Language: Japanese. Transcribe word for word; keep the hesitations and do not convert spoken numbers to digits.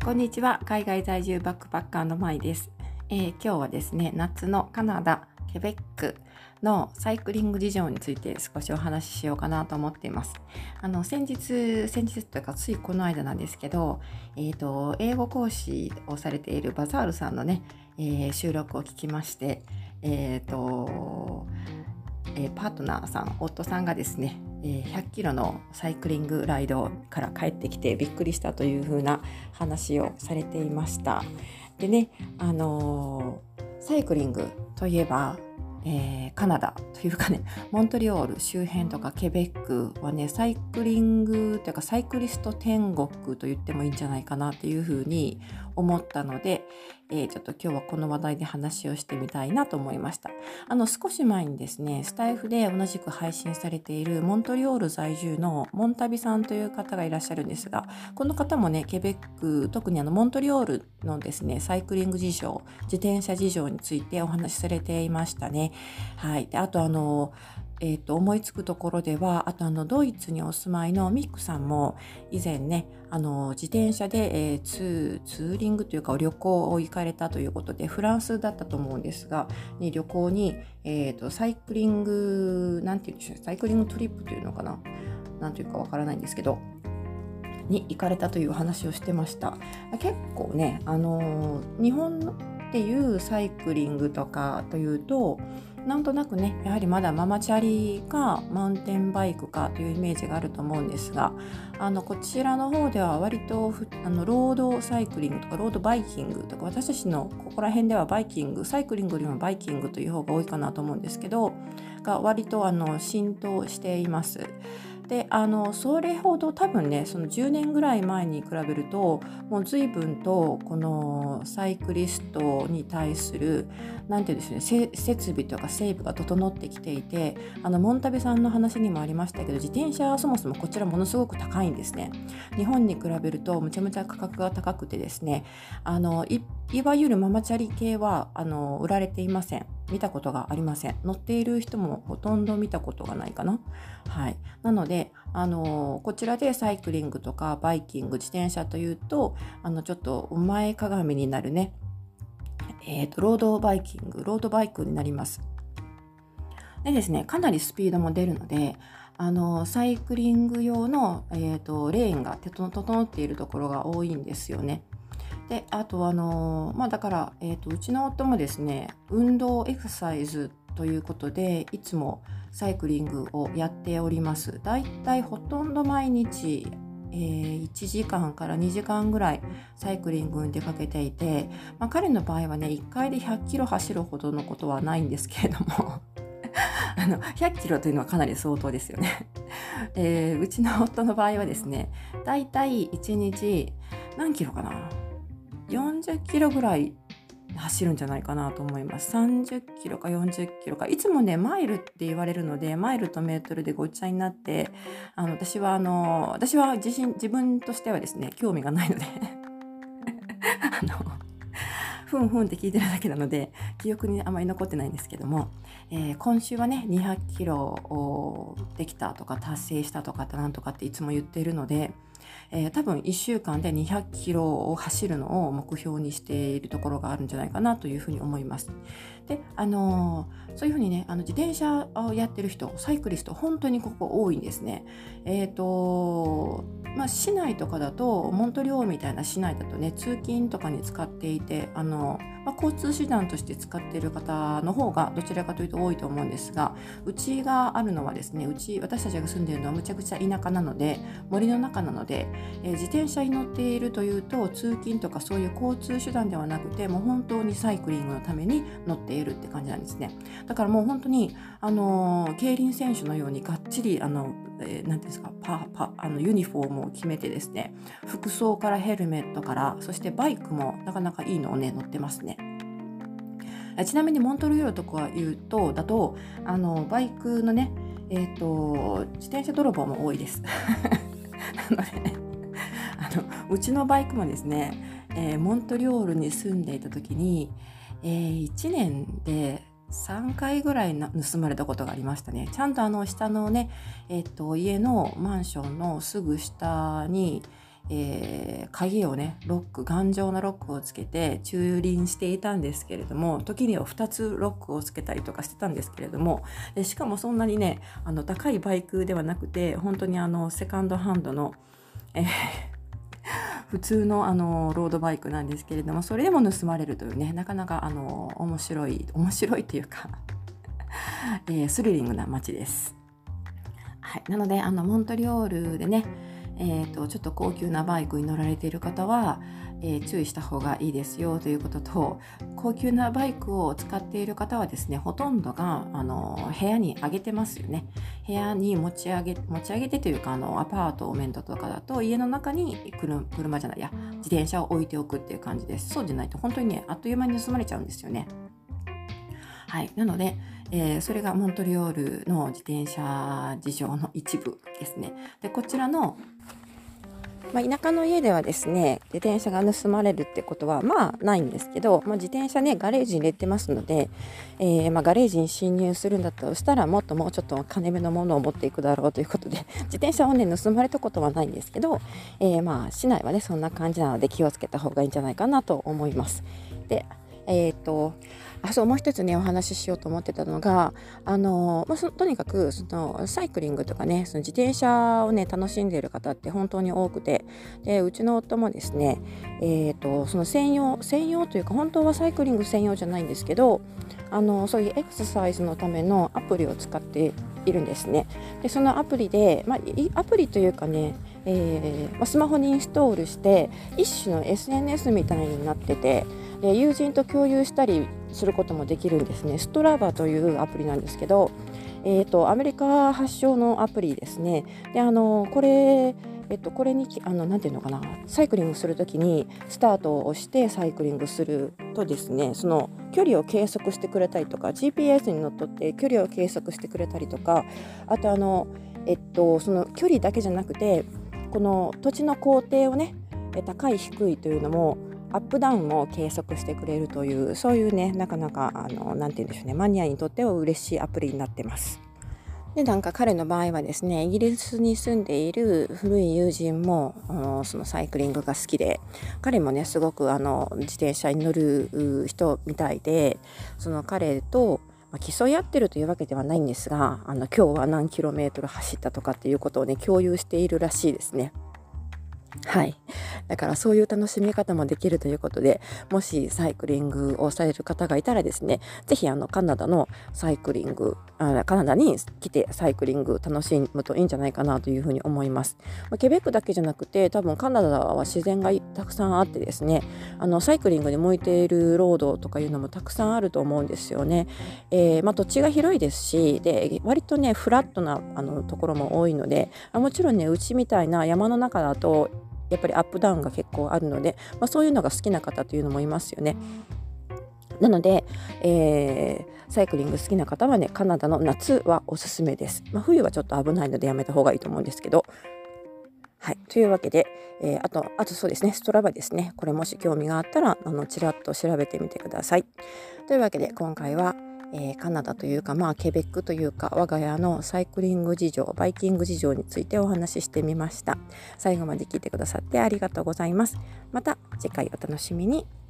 こんにちは。海外在住バックパッカーのまいです、えー、今日はですね、夏のカナダケベックのサイクリング事情について少しお話ししようかなと思っています。あの先日先日というかついこの間なんですけど、えーと、英語講師をされているバザールさんのね、えー、収録を聞きまして、えーとえー、パートナーさん夫さんがですねひゃっキロのサイクリングライドから帰ってきてびっくりしたという風な話をされていました。でね、あのー、サイクリングといえば、えー、カナダというかね、モントリオール周辺とかケベックはね、サイクリングというかサイクリスト天国と言ってもいいんじゃないかなっていう風に思ったので、えー、ちょっと今日はこの話題で話をしてみたいなと思いました。あの少し前にですね、スタイフで同じく配信されているモントリオール在住のモンタビさんという方がいらっしゃるんですが、この方もね、ケベック、特にあのモントリオールのですね、サイクリング事情、自転車事情についてお話しされていましたね。はい。で、あとあのえー、と思いつくところでは、あとあのドイツにお住まいのミックさんも以前ね、あの自転車で、えー、ツー、ツーリングというか旅行を行かれたということで、フランスだったと思うんですが、ね、旅行に、えー、とサイクリングなんていうんでしょう、サイクリングトリップというのかな、なんていうかわからないんですけどに行かれたという話をしてました。結構ね、あのー、日本っていうサイクリングとかというと、なんとなくね、やはりまだママチャリかマウンテンバイクかというイメージがあると思うんですが、あのこちらの方では割とあのロードサイクリングとかロードバイキングとか、私たちのここら辺ではバイキング、サイクリングよりもバイキングという方が多いかなと思うんですけど、が割とあの浸透しています。で、あのそれほど多分ね、そのじゅうねんぐらい前に比べるともう随分とこのサイクリストに対するなんていうんですね、設備とか整備が整ってきていて、あのモンタビさんの話にもありましたけど、自転車はそもそもこちらものすごく高いんですね。日本に比べるとむちゃむちゃ価格が高くてですね、あの い, いわゆるママチャリ系はあの売られていません。見たことがありません。乗っている人もほとんど見たことがないかな。はい。なので、あのこちらでサイクリングとかバイキング、自転車というと、あのちょっと前かがみになるね、えーと、ロードバイキング、ロードバイクになります。でですね、かなりスピードも出るので、あのサイクリング用の、えーと、レーンが整っているところが多いんですよね。で、あとあのまあだから、えーと、うちの夫もですね、運動エクササイズということでいつもサイクリングをやっております。だいたいほとんど毎日、えー、いちじかんからにじかんぐらいサイクリングに出かけていて、まあ、彼の場合はね、いっかいでひゃっキロ走るほどのことはないんですけれどもあのひゃっキロというのはかなり相当ですよね、えー、うちの夫の場合はですね、だいたいいちにち何キロかな、よんじゅっキロぐらい走るんじゃないかなと思います。さんじゅっキロかよんじゅっキロか。いつもね、マイルって言われるので、マイルとメートルでごっちゃになって、あの私はあの私は自身自分としてはですね、興味がないのであのふんふんって聞いてるだけなので記憶にあまり残ってないんですけども、えー、今週はねにひゃっキロをできたとか達成したとかってなんとかっていつも言っているので、えー、多分いっしゅうかんでにひゃっキロを走るのを目標にしているところがあるんじゃないかなというふうに思います。で、あのー、そういうふうにね、あの自転車をやってる人、サイクリスト本当にここ多いんですね。えーとまあ、市内とかだとモントリオールみたいな市内だとね、通勤とかに使っていて、あの、まあ、交通手段として使っている方の方がどちらかというと多いと思うんですが、うちがあるのはですね、うち私たちが住んでいるのはむちゃくちゃ田舎なので、森の中なので、えー、自転車に乗っているというと通勤とかそういう交通手段ではなくて、もう本当にサイクリングのために乗っているって感じなんですね。だからもう本当にあの競輪選手のようにがっちりあの、えー、なんていうんですか、パパあのユニフォームを決めてですね、服装からヘルメットから、そしてバイクもなかなかいいのをね乗ってますね。ちなみにモントリオールとか言うとだと、あのバイクのね、えーと自転車泥棒も多いですなのであのうちのバイクもですね、えー、モントリオールに住んでいた時に、えー、いちねんでさんかいぐらいな盗まれたことがありましたね。ちゃんとあの下のね、えー、と家のマンションのすぐ下に、 えー、鍵をねロック頑丈なロックをつけて駐輪していたんですけれども、時にはふたつロックをつけたりとかしてたんですけれども、でしかもそんなにねあの高いバイクではなくて、本当にあのセカンドハンドの、えー普通のあのロードバイクなんですけれども、それでも盗まれるというね、なかなかあの面白い面白いというか、えー、スリリングな街です。はい、なのであのモントリオールでね、えー、とちょっと高級なバイクに乗られている方は、えー注意した方がいいですよということと、高級なバイクを使っている方はですね、ほとんどがあの部屋に上げてますよね。部屋に持ち上げ持ち上げてというか、あのアパートメントとかだと家の中に車車じゃないや自転車を置いておくっていう感じです。そうじゃないと本当にねあっという間に盗まれちゃうんですよね。はい、なので、えーそれがモントリオールの自転車事情の一部ですね。でこちらの、まあ、田舎の家ではですね、自転車が盗まれるってことはまあないんですけど、まあ、自転車ねガレージに入れてますので、えーまあ、ガレージに侵入するんだとしたらもっともうちょっと金目のものを持っていくだろうということで、自転車をね盗まれたことはないんですけど、えーまあ市内はねそんな感じなので気をつけた方がいいんじゃないかなと思います。でえー、とあそうもう一つねお話ししようと思ってたのが、あの、まあ、そとにかくそのサイクリングとかね、その自転車をね楽しんでいる方って本当に多くて、でうちの夫もですね、えー、とその専用専用というか本当はサイクリング専用じゃないんですけど、あのそういうエクササイズのためのアプリを使っているんですね。でそのアプリで、まあ、いアプリというかね、えーまあ、スマホにインストールして一種の エスエヌエス みたいになってて、で友人と共有したりすることもできるんですね。ストラバというアプリなんですけど、えー、とアメリカ発祥のアプリですね。であのこれえっと、これにあのなんていうのかな、サイクリングするときにスタートを押してサイクリングするとですね、その距離を計測してくれたりとか ジーピーエス にのっとって距離を計測してくれたりとか、あとあの、えっと、その距離だけじゃなくてこの土地の高低をね、高い低いというのもアップダウンを計測してくれるという、そういうねなかなかあのなんて言うんでしょうね、マニアにとっては嬉しいアプリになってます。でなんか彼の場合はですね、イギリスに住んでいる古い友人もあのそのサイクリングが好きで、彼もねすごくあの自転車に乗る人みたいで、その彼と、まあ、競い合ってるというわけではないんですが、あの今日は何キロメートル走ったとかっていうことをね共有しているらしいですね。はい、だからそういう楽しみ方もできるということで、もしサイクリングをされる方がいたらですね、ぜひあのカナダのサイクリングあカナダに来てサイクリング楽しむといいんじゃないかなというふうに思います。まあ、ケベックだけじゃなくて多分カナダは自然がたくさんあってですね、あのサイクリングに向いているロードとかいうのもたくさんあると思うんですよね。えーまあ、土地が広いですし、で割とねフラットなあのところも多いので、あもちろんねうちみたいな山の中だとやっぱりアップダウンが結構あるので、まあ、そういうのが好きな方というのもいますよね。なので、えーサイクリング好きな方はねカナダの夏はおすすめです。まあ、冬はちょっと危ないのでやめた方がいいと思うんですけど、はい、というわけで、えーあとあとそうですね、ストラバですね、これもし興味があったらあのちらっと調べてみてください。というわけで今回はえーカナダというか、まあ、ケベックというか我が家のサイクリング事情、バイキング事情についてお話ししてみました。最後まで聞いてくださってありがとうございます。また次回お楽しみに。